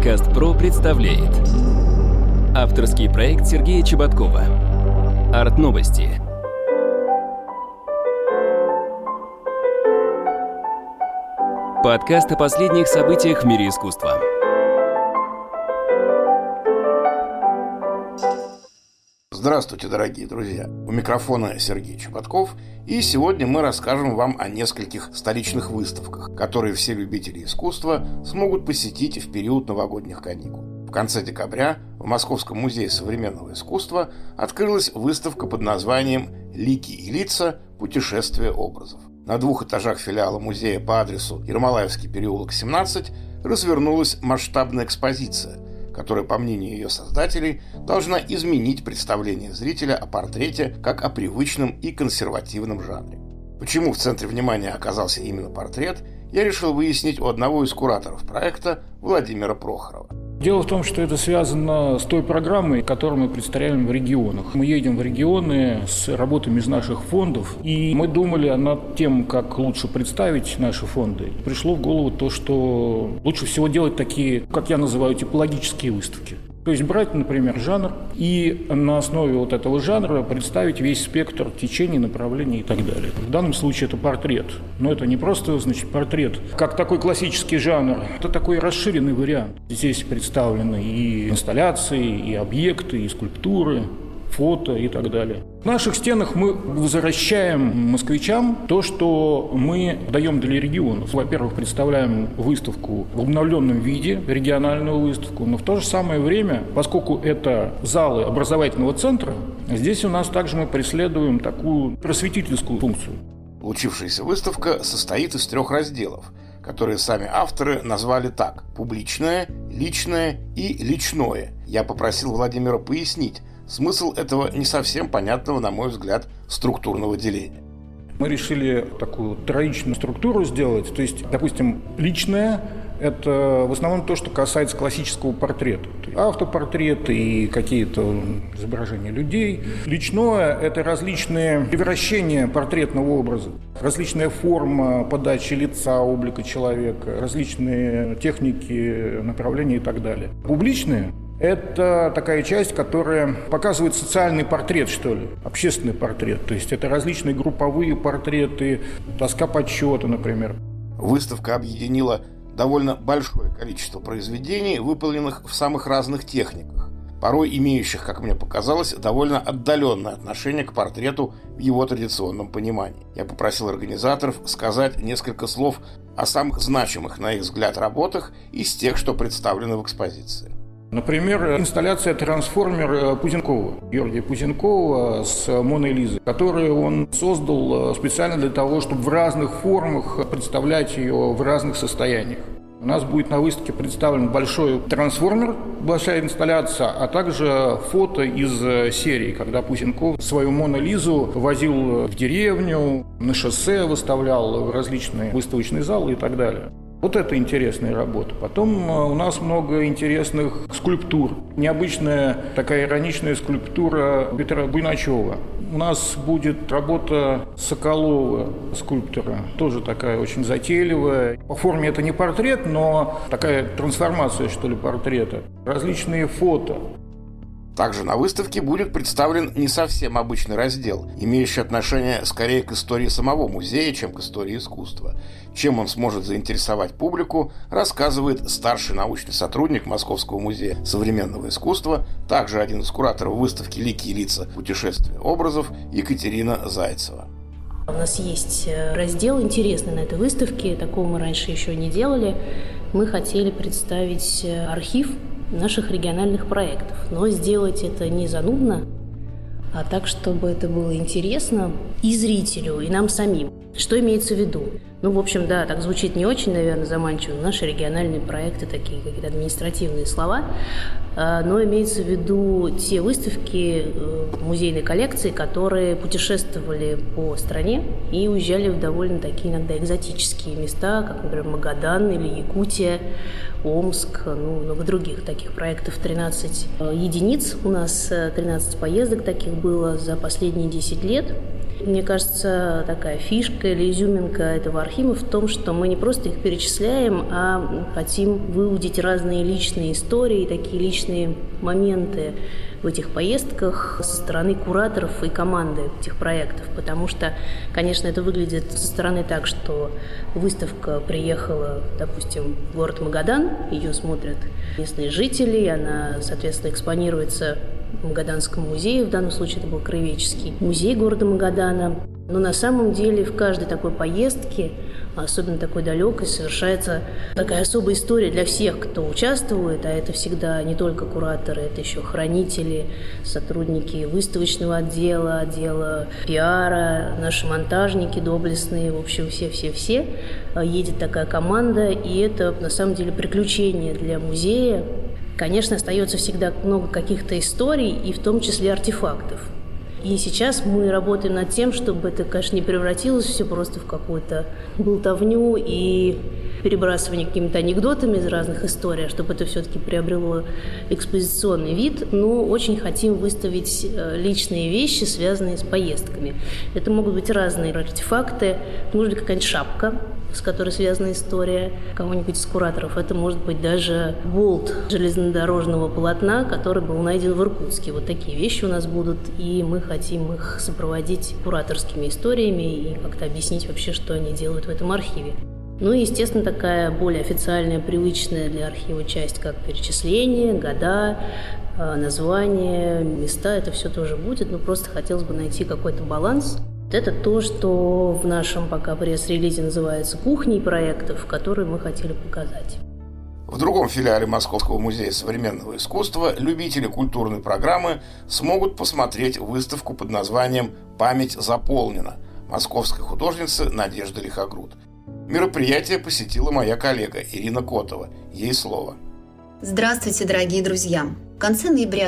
Подкаст «Про» представляет авторский проект Сергея Чеботкова. Арт-новости. Подкаст о последних событиях в мире искусства. Здравствуйте, дорогие друзья! У микрофона Сергей Чеботков, и сегодня мы расскажем вам о нескольких столичных выставках, которые все любители искусства смогут посетить в период новогодних каникул. В конце декабря в Московском музее современного искусства открылась выставка под названием «Лики и лица. Путешествие образов». На 2 этажах филиала музея по адресу Ермолаевский переулок, 17 развернулась масштабная экспозиция, которая, по мнению ее создателей, должна изменить представление зрителя о портрете как о привычном и консервативном жанре. Почему в центре внимания оказался именно портрет, я решил выяснить у одного из кураторов проекта Владимира Прохорова. Дело в том, что это связано с той программой, которую мы представляем в регионах. Мы едем в регионы с работами из наших фондов, и мы думали над тем, как лучше представить наши фонды. Пришло в голову то, что лучше всего делать такие, как я называю, типологические выставки. То есть брать, например, жанр и на основе вот этого жанра представить весь спектр течений, направлений и так далее. В данном случае это портрет. Но это не просто, портрет, как такой классический жанр. Это такой расширенный вариант. Здесь представлены и инсталляции, и объекты, и скульптуры, фото и так далее. В наших стенах мы возвращаем москвичам то, что мы даем для регионов. Во-первых, представляем выставку в обновленном виде, региональную выставку, но в то же самое время, поскольку это залы образовательного центра, здесь у нас также мы преследуем такую просветительскую функцию. Получившаяся выставка состоит из 3 разделов, которые сами авторы назвали так: публичное, личное и личное. Я попросил Владимира пояснить смысл этого не совсем понятного, на мой взгляд, структурного деления. Мы решили такую троичную структуру сделать. То есть, допустим, личное – это в основном то, что касается классического портрета. Автопортреты и какие-то изображения людей. Личное – это различные превращения портретного образа. Различная форма подачи лица, облика человека, различные техники, направления и так далее. Публичное – это такая часть, которая показывает социальный портрет, что ли, общественный портрет. То есть это различные групповые портреты, доска подсчета, например. Выставка объединила довольно большое количество произведений, выполненных в самых разных техниках, порой имеющих, как мне показалось, довольно отдаленное отношение к портрету в его традиционном понимании. Я попросил организаторов сказать несколько слов о самых значимых, на их взгляд, работах из тех, что представлены в экспозиции. Например, инсталляция «Трансформер» Пузенкова, Георгия Пузенкова с Моной Лизой, которую он создал специально для того, чтобы в разных формах представлять ее в разных состояниях. У нас будет на выставке представлен большой трансформер, большая инсталляция, а также фото из серии, когда Пузенков свою Мону Лизу возил в деревню, на шоссе выставлял в различные выставочные залы и так далее. Вот это интересная работа. Потом у нас много интересных скульптур. Необычная такая ироничная скульптура Петра Буйначева. У нас будет работа Соколова, скульптора. Тоже такая очень затейливая. По форме это не портрет, но такая трансформация, что ли, портрета. Различные фото. Также на выставке будет представлен не совсем обычный раздел, имеющий отношение скорее к истории самого музея, чем к истории искусства. Чем он сможет заинтересовать публику, рассказывает старший научный сотрудник Московского музея современного искусства, также один из кураторов выставки «Лики и лица. Путешествие образов» Екатерина Зайцева. У нас есть раздел интересный на этой выставке, такого мы раньше еще не делали. Мы хотели представить архив наших региональных проектов, но сделать это не занудно, а так, чтобы это было интересно и зрителю, и нам самим. Что имеется в виду? В общем, да, так звучит не очень, наверное, заманчиво. Наши региональные проекты, такие какие-то административные слова, но имеется в виду те выставки музейной коллекции, которые путешествовали по стране и уезжали в довольно такие иногда экзотические места, как, например, Магадан или Якутия, Омск, много других таких проектов. 13 единиц у нас, 13 поездок таких было за последние 10 лет. Мне кажется, такая фишка или изюминка этого архива в том, что мы не просто их перечисляем, а хотим выудить разные личные истории, такие личные моменты в этих поездках со стороны кураторов и команды этих проектов. Потому что, конечно, это выглядит со стороны так, что выставка приехала, допустим, в город Магадан, ее смотрят местные жители, она, соответственно, экспонируется в Магаданском музее, в данном случае это был Краеведческий музей города Магадана. Но на самом деле в каждой такой поездке, особенно такой далекой, совершается такая особая история для всех, кто участвует, а это всегда не только кураторы, это еще хранители, сотрудники выставочного отдела пиара, наши монтажники доблестные, в общем, все-все-все. Едет такая команда, и это на самом деле приключение для музея. Конечно, остается всегда много каких-то историй, и в том числе артефактов. И сейчас мы работаем над тем, чтобы это, конечно, не превратилось все просто в какую-то болтовню и перебрасывание какими-то анекдотами из разных историй, а чтобы это все-таки приобрело экспозиционный вид. Но очень хотим выставить личные вещи, связанные с поездками. Это могут быть разные артефакты, может быть какая-нибудь шапка, с которой связана история кого-нибудь из кураторов. Это может быть даже болт железнодорожного полотна, который был найден в Иркутске. Вот такие вещи у нас будут, и мы хотим их сопроводить кураторскими историями и как-то объяснить вообще, что они делают в этом архиве. Ну и, естественно, такая более официальная, привычная для архива часть, как перечисление, года, названия, места. Это все тоже будет, но просто хотелось бы найти какой-то баланс. Это то, что в нашем пока пресс-релизе называется кухней проектов, которые мы хотели показать. В другом филиале Московского музея современного искусства любители культурной программы смогут посмотреть выставку под названием «Память заполнена» московской художницы Надежды Лихогруд. Мероприятие посетила моя коллега Ирина Котова. Ей слово. Здравствуйте, дорогие друзья! В конце ноября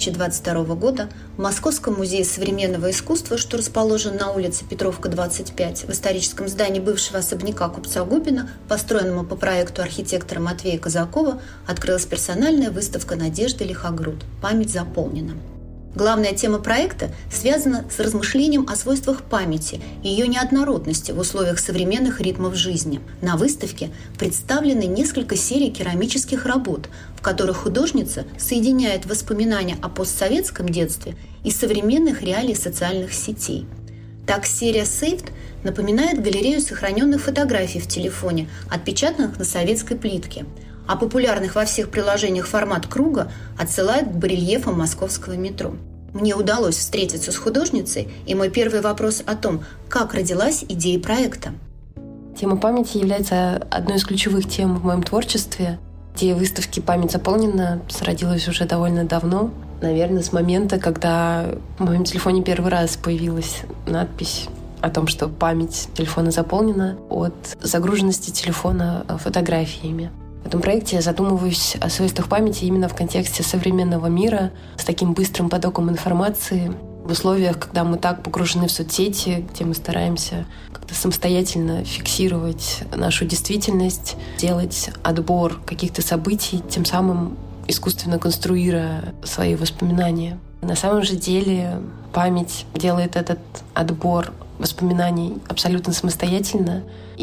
2022 года в Московском музее современного искусства, что расположен на улице Петровка, 25, в историческом здании бывшего особняка купца Губина, построенному по проекту архитектора Матвея Казакова, открылась персональная выставка Надежды Лихогруд «Память заполнена». Главная тема проекта связана с размышлением о свойствах памяти и ее неоднородности в условиях современных ритмов жизни. На выставке представлены несколько серий керамических работ, в которых художница соединяет воспоминания о постсоветском детстве и современных реалий социальных сетей. Так, серия «Saved» напоминает галерею сохраненных фотографий в телефоне, отпечатанных на советской плитке, а популярных во всех приложениях формат круга отсылает к барельефам московского метро. Мне удалось встретиться с художницей, и мой первый вопрос о том, как родилась идея проекта. Тема памяти является одной из ключевых тем в моем творчестве. Идея выставки «Память заполнена» зародилась уже довольно давно. Наверное, с момента, когда в моем телефоне первый раз появилась надпись о том, что память телефона заполнена от загруженности телефона фотографиями. В этом проекте я задумываюсь о свойствах памяти именно в контексте современного мира с таким быстрым потоком информации, в условиях, когда мы так погружены в соцсети, где мы стараемся как-то самостоятельно фиксировать нашу действительность, делать отбор каких-то событий, тем самым искусственно конструируя свои воспоминания. На самом же деле память делает этот отбор воспоминаний абсолютно самостоятельно,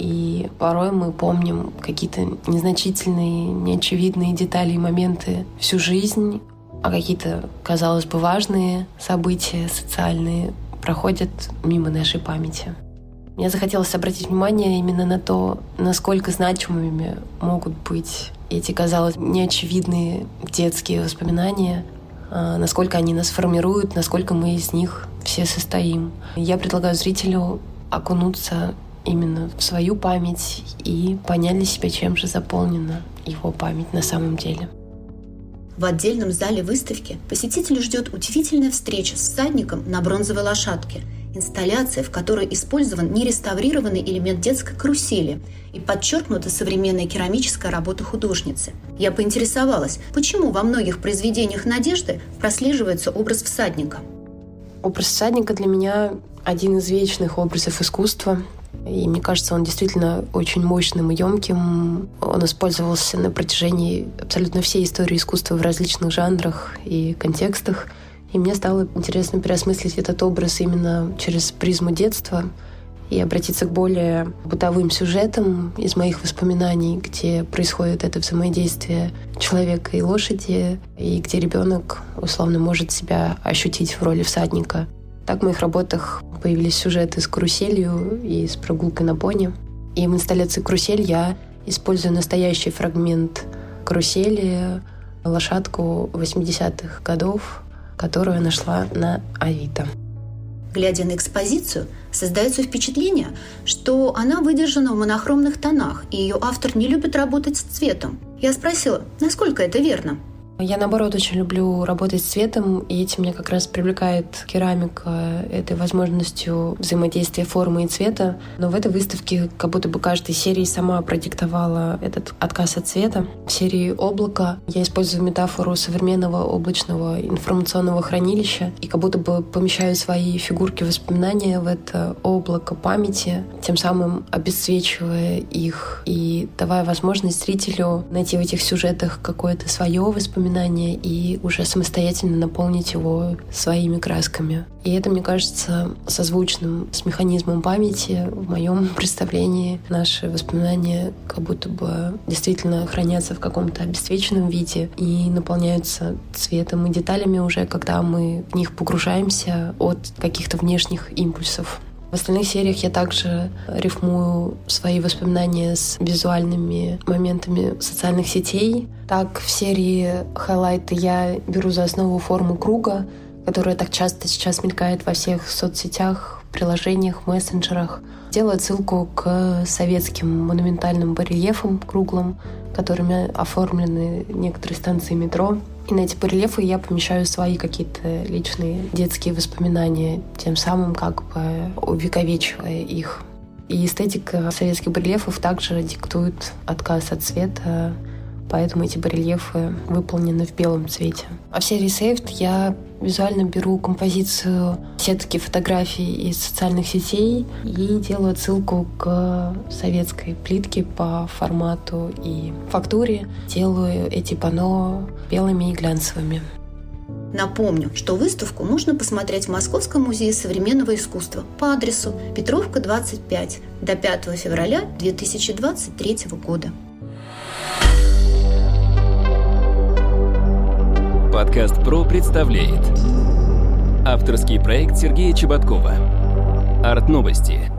и порой мы помним какие-то незначительные, неочевидные детали и моменты всю жизнь, а какие-то, казалось бы, важные события социальные проходят мимо нашей памяти. Мне захотелось обратить внимание именно на то, насколько значимыми могут быть эти, казалось, неочевидные детские воспоминания, насколько они нас формируют, насколько мы из них все состоим. Я предлагаю зрителю окунуться именно в свою память и понять для себя, чем же заполнена его память на самом деле. В отдельном зале выставки посетителя ждет удивительная встреча с всадником на бронзовой лошадке. Инсталляция, в которой использован нереставрированный элемент детской карусели и подчеркнута современная керамическая работа художницы. Я поинтересовалась, почему во многих произведениях Надежды прослеживается образ всадника. Образ всадника для меня один из вечных образов искусства. И мне кажется, он действительно очень мощным и емким. Он использовался на протяжении абсолютно всей истории искусства в различных жанрах и контекстах. И мне стало интересно переосмыслить этот образ именно через призму детства и обратиться к более бытовым сюжетам из моих воспоминаний, где происходит это взаимодействие человека и лошади, и где ребенок условно может себя ощутить в роли всадника. Так в моих работах появились сюжеты с каруселью и с прогулкой на пони. И в инсталляции «Карусель» я использую настоящий фрагмент карусели, лошадку 80-х годов, которую я нашла на Авито. Глядя на экспозицию, создается впечатление, что она выдержана в монохромных тонах, и ее автор не любит работать с цветом. Я спросила, насколько это верно? Я, наоборот, очень люблю работать с цветом, и этим меня как раз привлекает керамика этой возможностью взаимодействия формы и цвета. Но в этой выставке как будто бы каждая серия сама продиктовала этот отказ от цвета. В серии «Облако» я использую метафору современного облачного информационного хранилища и как будто бы помещаю свои фигурки воспоминания в это облако памяти, тем самым обесцвечивая их и давая возможность зрителю найти в этих сюжетах какое-то свое воспоминание и уже самостоятельно наполнить его своими красками. И это, мне кажется, созвучным с механизмом памяти. В моем представлении наши воспоминания как будто бы действительно хранятся в каком-то обесцвеченном виде и наполняются цветом и деталями уже, когда мы в них погружаемся от каких-то внешних импульсов. В остальных сериях я также рифмую свои воспоминания с визуальными моментами социальных сетей. Так, в серии «Хайлайты» я беру за основу форму круга, которая так часто сейчас мелькает во всех соцсетях, приложениях, мессенджерах. Делаю отсылку к советским монументальным барельефам круглым, которыми оформлены некоторые станции метро. И на эти барельефы я помещаю свои какие-то личные детские воспоминания, тем самым как бы увековечивая их. И эстетика советских барельефов также диктует отказ от цвета, поэтому эти барельефы выполнены в белом цвете. А в серии «Saved» я визуально беру композицию сетки фотографий из социальных сетей и делаю отсылку к советской плитке по формату и фактуре. Делаю эти панно белыми и глянцевыми. Напомню, что выставку можно посмотреть в Московском музее современного искусства по адресу Петровка, 25 до 5 февраля 2023 года. Подкаст «Про» представляет авторский проект Сергея Чеботкова «Арт-новости».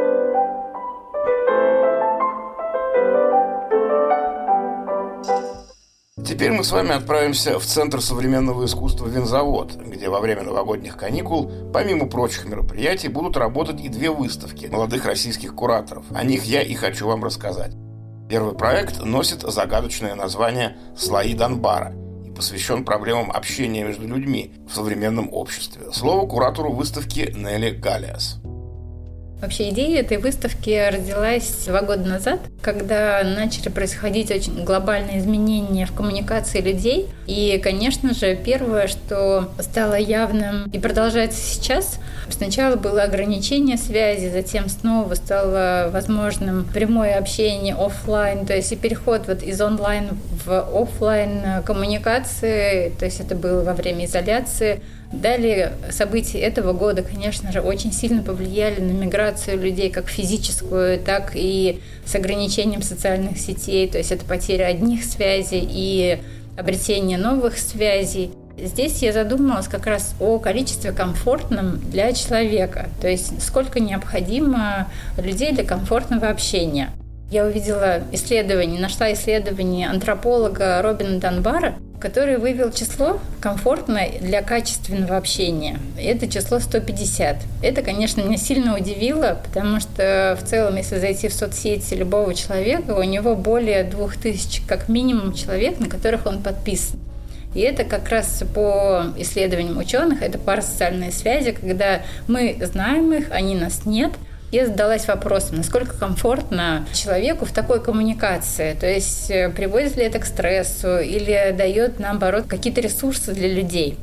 Теперь мы с вами отправимся в Центр современного искусства «Винзавод», где во время новогодних каникул, помимо прочих мероприятий, будут работать и две выставки молодых российских кураторов. О них я и хочу вам рассказать. Первый проект носит загадочное название «Слои Донбара» и посвящен проблемам общения между людьми в современном обществе. Слово куратору выставки Нелли Галиас. Вообще идея этой выставки родилась 2 года назад, когда начали происходить очень глобальные изменения в коммуникации людей. И, конечно же, первое, что стало явным и продолжается сейчас, сначала было ограничение связи, затем снова стало возможным прямое общение офлайн, то есть и переход вот из онлайн в офлайн коммуникации, то есть это было во время изоляции. Далее события этого года, конечно же, очень сильно повлияли на миграцию людей как физическую, так и с ограничением социальных сетей. То есть это потеря одних связей и обретение новых связей. Здесь я задумалась как раз о количестве комфортном для человека. То есть сколько необходимо людей для комфортного общения. Я увидела нашла исследование антрополога Робина Донбара, который вывел число комфортное для качественного общения. Это число 150. Это, конечно, меня сильно удивило, потому что в целом, если зайти в соцсети любого человека, у него более 2000 как минимум человек, на которых он подписан. И это как раз по исследованиям ученых, это парасоциальные связи, когда мы знаем их, они нас нет. Я задалась вопросом, насколько комфортно человеку в такой коммуникации, то есть приводит ли это к стрессу или дает, наоборот, какие-то ресурсы для людей.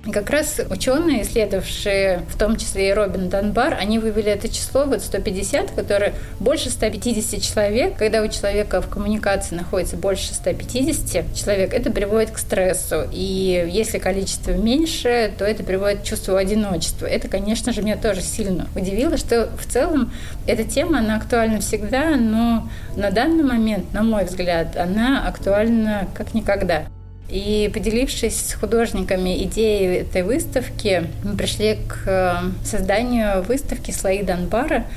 И как раз ученые, исследовавшие в том числе и Робин Данбар, они вывели это число 150, которое больше 150 человек. Когда у человека в коммуникации находится больше 150 человек, это приводит к стрессу. И если количество меньше, то это приводит к чувству одиночества. Это, конечно же, меня тоже сильно удивило, что в целом эта тема, она актуальна всегда, но на данный момент, на мой взгляд, она актуальна как никогда. И, поделившись с художниками идеей этой выставки, мы пришли к созданию выставки «Слои Данбара»,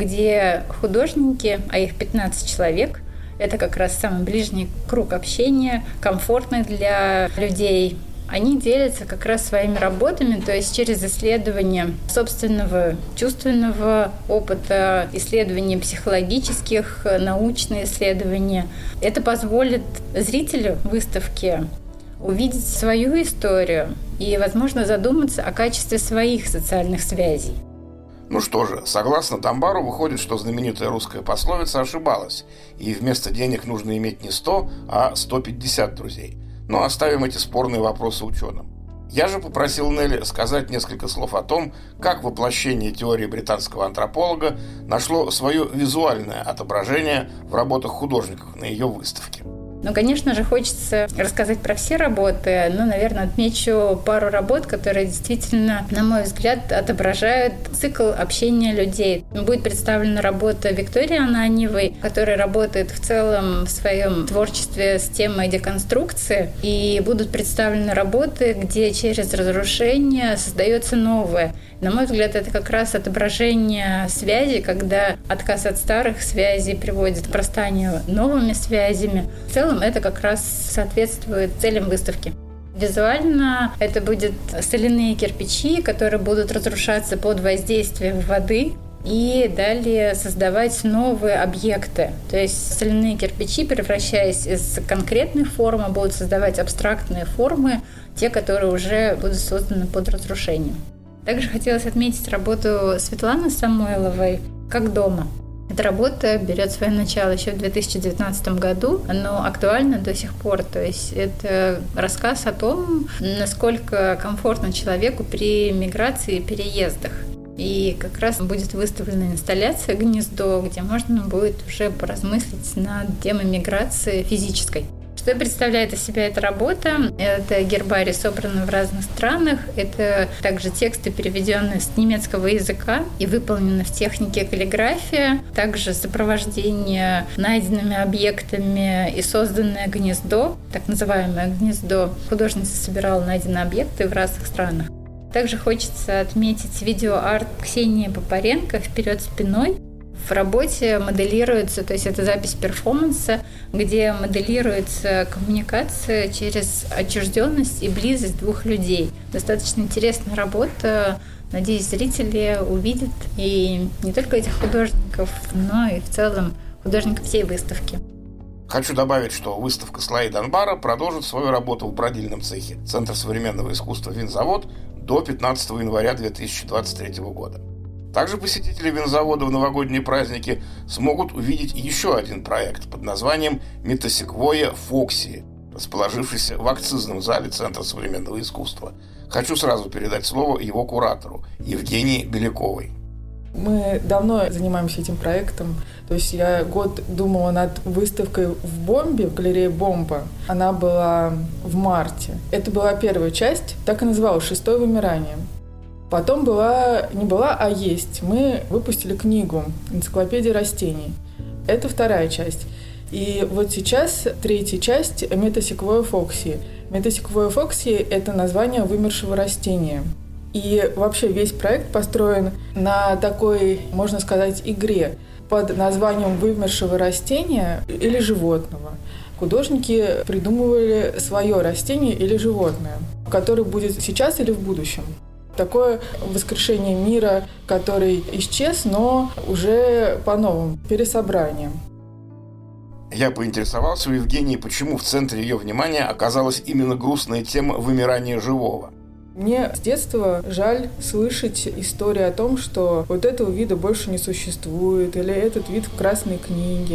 где художники, а их 15 человек, это как раз самый ближний круг общения, комфортный для людей, они делятся как раз своими работами, то есть через исследование собственного чувственного опыта, исследования психологических, научные исследования. Это позволит зрителю выставки увидеть свою историю и, возможно, задуматься о качестве своих социальных связей. Ну что же, согласно Данбару, выходит, что знаменитая русская пословица ошибалась, и вместо денег нужно иметь не 100, а 150 друзей. Но оставим эти спорные вопросы ученым. Я же попросил Нелли сказать несколько слов о том, как воплощение теории британского антрополога нашло свое визуальное отображение в работах художников на ее выставке. Ну, конечно же, хочется рассказать про все работы, но, наверное, отмечу пару работ, которые действительно, на мой взгляд, отображают цикл общения людей. Будет представлена работа Виктории Ананьевой, которая работает в целом в своем творчестве с темой деконструкции, и будут представлены работы, где через разрушение создается новое. На мой взгляд, это как раз отображение связи, когда отказ от старых связей приводит к простанию новыми связями. В целом это как раз соответствует целям выставки. Визуально это будут соляные кирпичи, которые будут разрушаться под воздействием воды и далее создавать новые объекты. То есть соляные кирпичи, превращаясь из конкретных форм, будут создавать абстрактные формы, те, которые уже будут созданы под разрушением. Также хотелось отметить работу Светланы Самойловой «Как дома». Эта работа берет свое начало еще в 2019 году, но актуальна до сих пор. То есть это рассказ о том, насколько комфортно человеку при миграции и переездах. И как раз будет выставлена инсталляция «Гнездо», где можно будет уже поразмыслить над темой миграции физической. Что представляет из себя эта работа? Это гербарий, собранный в разных странах. Это также тексты, переведенные с немецкого языка и выполнены в технике каллиграфия. Также сопровождение найденными объектами и созданное гнездо, так называемое гнездо. Художница собирала найденные объекты в разных странах. Также хочется отметить видеоарт Ксении Попаренко «Вперед спиной». В работе моделируется, то есть это запись перформанса, где моделируется коммуникация через отчужденность и близость двух людей. Достаточно интересная работа. Надеюсь, зрители увидят и не только этих художников, но и в целом художников всей выставки. Хочу добавить, что выставка «Слои Данбара» продолжит свою работу в бродильном цехе Центра современного искусства «Винзавод» до 15 января 2023 года. Также посетители винзавода в новогодние праздники смогут увидеть еще один проект под названием «Метасеквойя Фокси», расположившийся в акцизном зале Центра современного искусства. Хочу сразу передать слово его куратору Евгении Беляковой. Мы давно занимаемся этим проектом. То есть я год думала над выставкой в Бомбе, в галерее «Бомба». Она была в марте. Это была первая часть, так и называлась «Шестое вымирание». Потом есть. Мы выпустили книгу «Энциклопедия растений». Это вторая часть. И вот сейчас третья часть «Метасеквойя Фокси». «Метасеквойя Фокси» — это название вымершего растения. И вообще весь проект построен на такой, можно сказать, игре под названием «Вымершего растения» или «Животного». Художники придумывали свое растение или животное, которое будет сейчас или в будущем. Такое воскрешение мира, который исчез, но уже по-новому, пересобранием. Я поинтересовался у Евгении, почему в центре ее внимания оказалась именно грустная тема вымирания живого. Мне с детства жаль слышать истории о том, что вот этого вида больше не существует, или этот вид в Красной книге.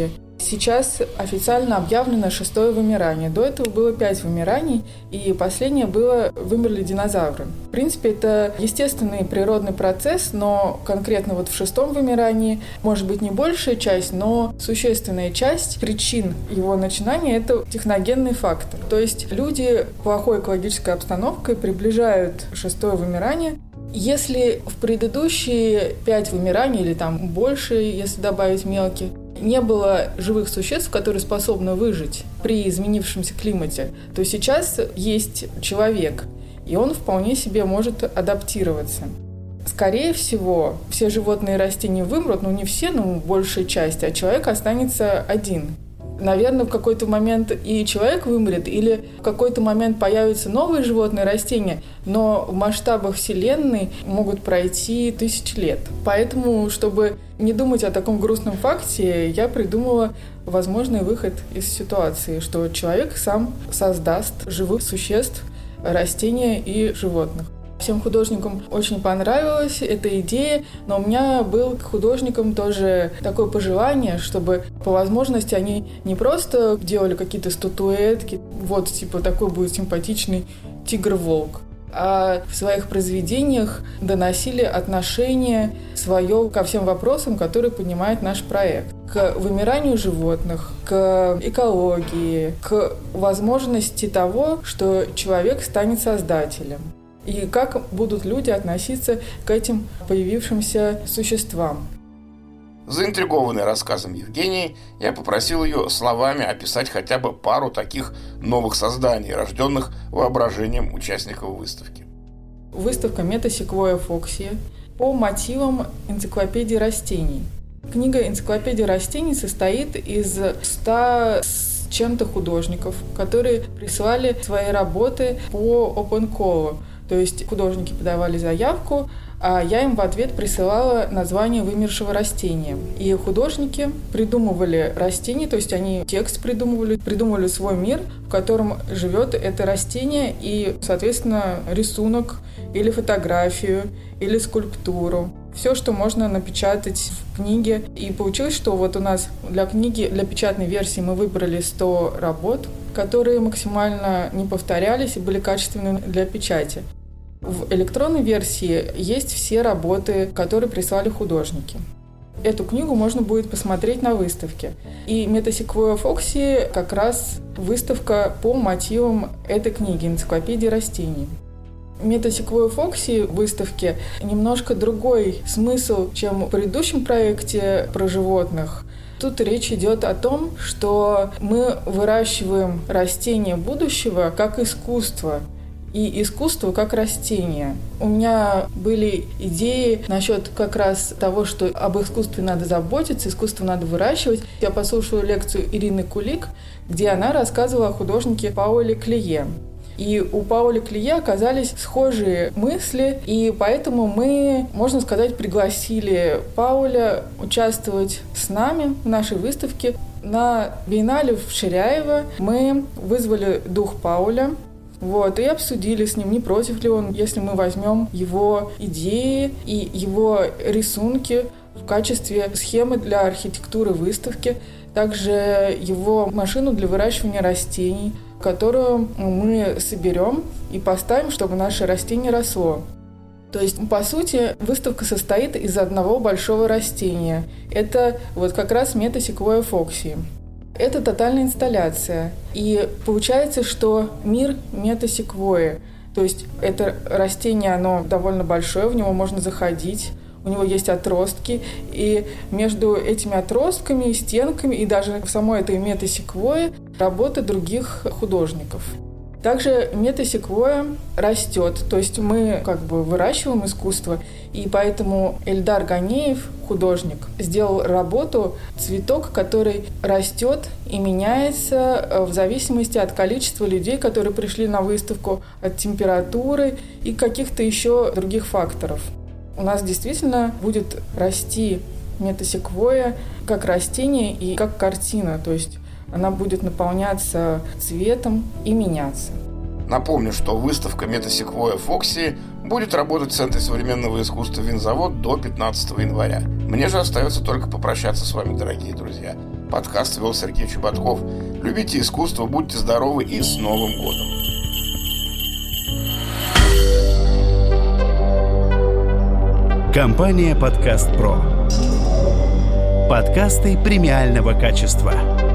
Сейчас официально объявлено 6-е вымирание. До этого было 5 вымираний, и последнее было «Вымерли динозавры». В принципе, это естественный природный процесс, но конкретно вот в 6-м вымирании, может быть, не большая часть, но существенная часть причин его начинания – это техногенный фактор. То есть люди плохой экологической обстановкой приближают 6-е вымирание. Если в предыдущие 5 вымираний, или там больше, если добавить мелкие, не было живых существ, которые способны выжить при изменившемся климате, то сейчас есть человек, и он вполне себе может адаптироваться. Скорее всего, все животные и растения вымрут, не все, но большая часть, а человек останется один. Наверное, в какой-то момент и человек вымрет, или в какой-то момент появятся новые животные, растения, но в масштабах Вселенной могут пройти 1000 лет. Поэтому, чтобы не думать о таком грустном факте, я придумала возможный выход из ситуации, что человек сам создаст живых существ, растения и животных. Всем художникам очень понравилась эта идея, но у меня было к художникам тоже такое пожелание, чтобы по возможности они не просто делали какие-то статуэтки, вот типа такой будет симпатичный тигр-волк, а в своих произведениях доносили отношение свое ко всем вопросам, которые поднимает наш проект. К вымиранию животных, к экологии, к возможности того, что человек станет создателем. И как будут люди относиться к этим появившимся существам. Заинтригованный рассказом Евгении, я попросил ее словами описать хотя бы пару таких новых созданий, рожденных воображением участников выставки. Выставка «Метасеквоя Фоксия» по мотивам энциклопедии растений. Книга «Энциклопедия растений» состоит из 100 с чем-то художников, которые прислали свои работы по open call. То есть художники подавали заявку, а я им в ответ присылала название вымершего растения. И художники придумывали растение, то есть они текст придумывали свой мир, в котором живет это растение, и, соответственно, рисунок или фотографию, или скульптуру. Все, что можно напечатать в книге. И получилось, что вот у нас для книги, для печатной версии мы выбрали 100 работ, которые максимально не повторялись и были качественны для печати. В электронной версии есть все работы, которые прислали художники. Эту книгу можно будет посмотреть на выставке. И «Метасеквоя Фоксии» как раз выставка по мотивам этой книги «Энциклопедии растений». «Метасеквоя Фоксии» в выставке немножко другой смысл, чем в предыдущем проекте про животных. Тут речь идет о том, что мы выращиваем растения будущего как искусство. И искусство как растение. У меня были идеи насчет как раз того, что об искусстве надо заботиться, искусство надо выращивать. Я послушала лекцию Ирины Кулик, где она рассказывала о художнике Пауле Клие. И у Пауля Клие оказались схожие мысли, и поэтому мы, можно сказать, пригласили Пауля участвовать с нами в нашей выставке. На биеннале в Ширяево мы вызвали дух Пауля, и обсудили с ним, не против ли он, если мы возьмем его идеи и его рисунки в качестве схемы для архитектуры выставки, также его машину для выращивания растений, которую мы соберем и поставим, чтобы наше растение росло. То есть, по сути, выставка состоит из одного большого растения. Это вот как раз Метасеквоя Фоксии. Это тотальная инсталляция. И получается, что мир метасеквои, то есть это растение, оно довольно большое, в него можно заходить, у него есть отростки, и между этими отростками и стенками, и даже в самой этой метасеквое работа других художников. Также метасеквоя растет, то есть мы выращиваем искусство, и поэтому Эльдар Ганеев, художник, сделал работу «Цветок, который растет и меняется в зависимости от количества людей, которые пришли на выставку, от температуры и каких-то еще других факторов». У нас действительно будет расти метасеквоя как растение и как картина, то есть она будет наполняться цветом и меняться. Напомню, что выставка «Метасеквоя Фоксии» будет работать в Центре современного искусства «Винзавод» до 15 января. Мне же остается только попрощаться с вами, дорогие друзья. Подкаст вел Сергей Чеботков. Любите искусство, будьте здоровы и с Новым годом! Компания «Подкаст Про». Подкасты премиального качества.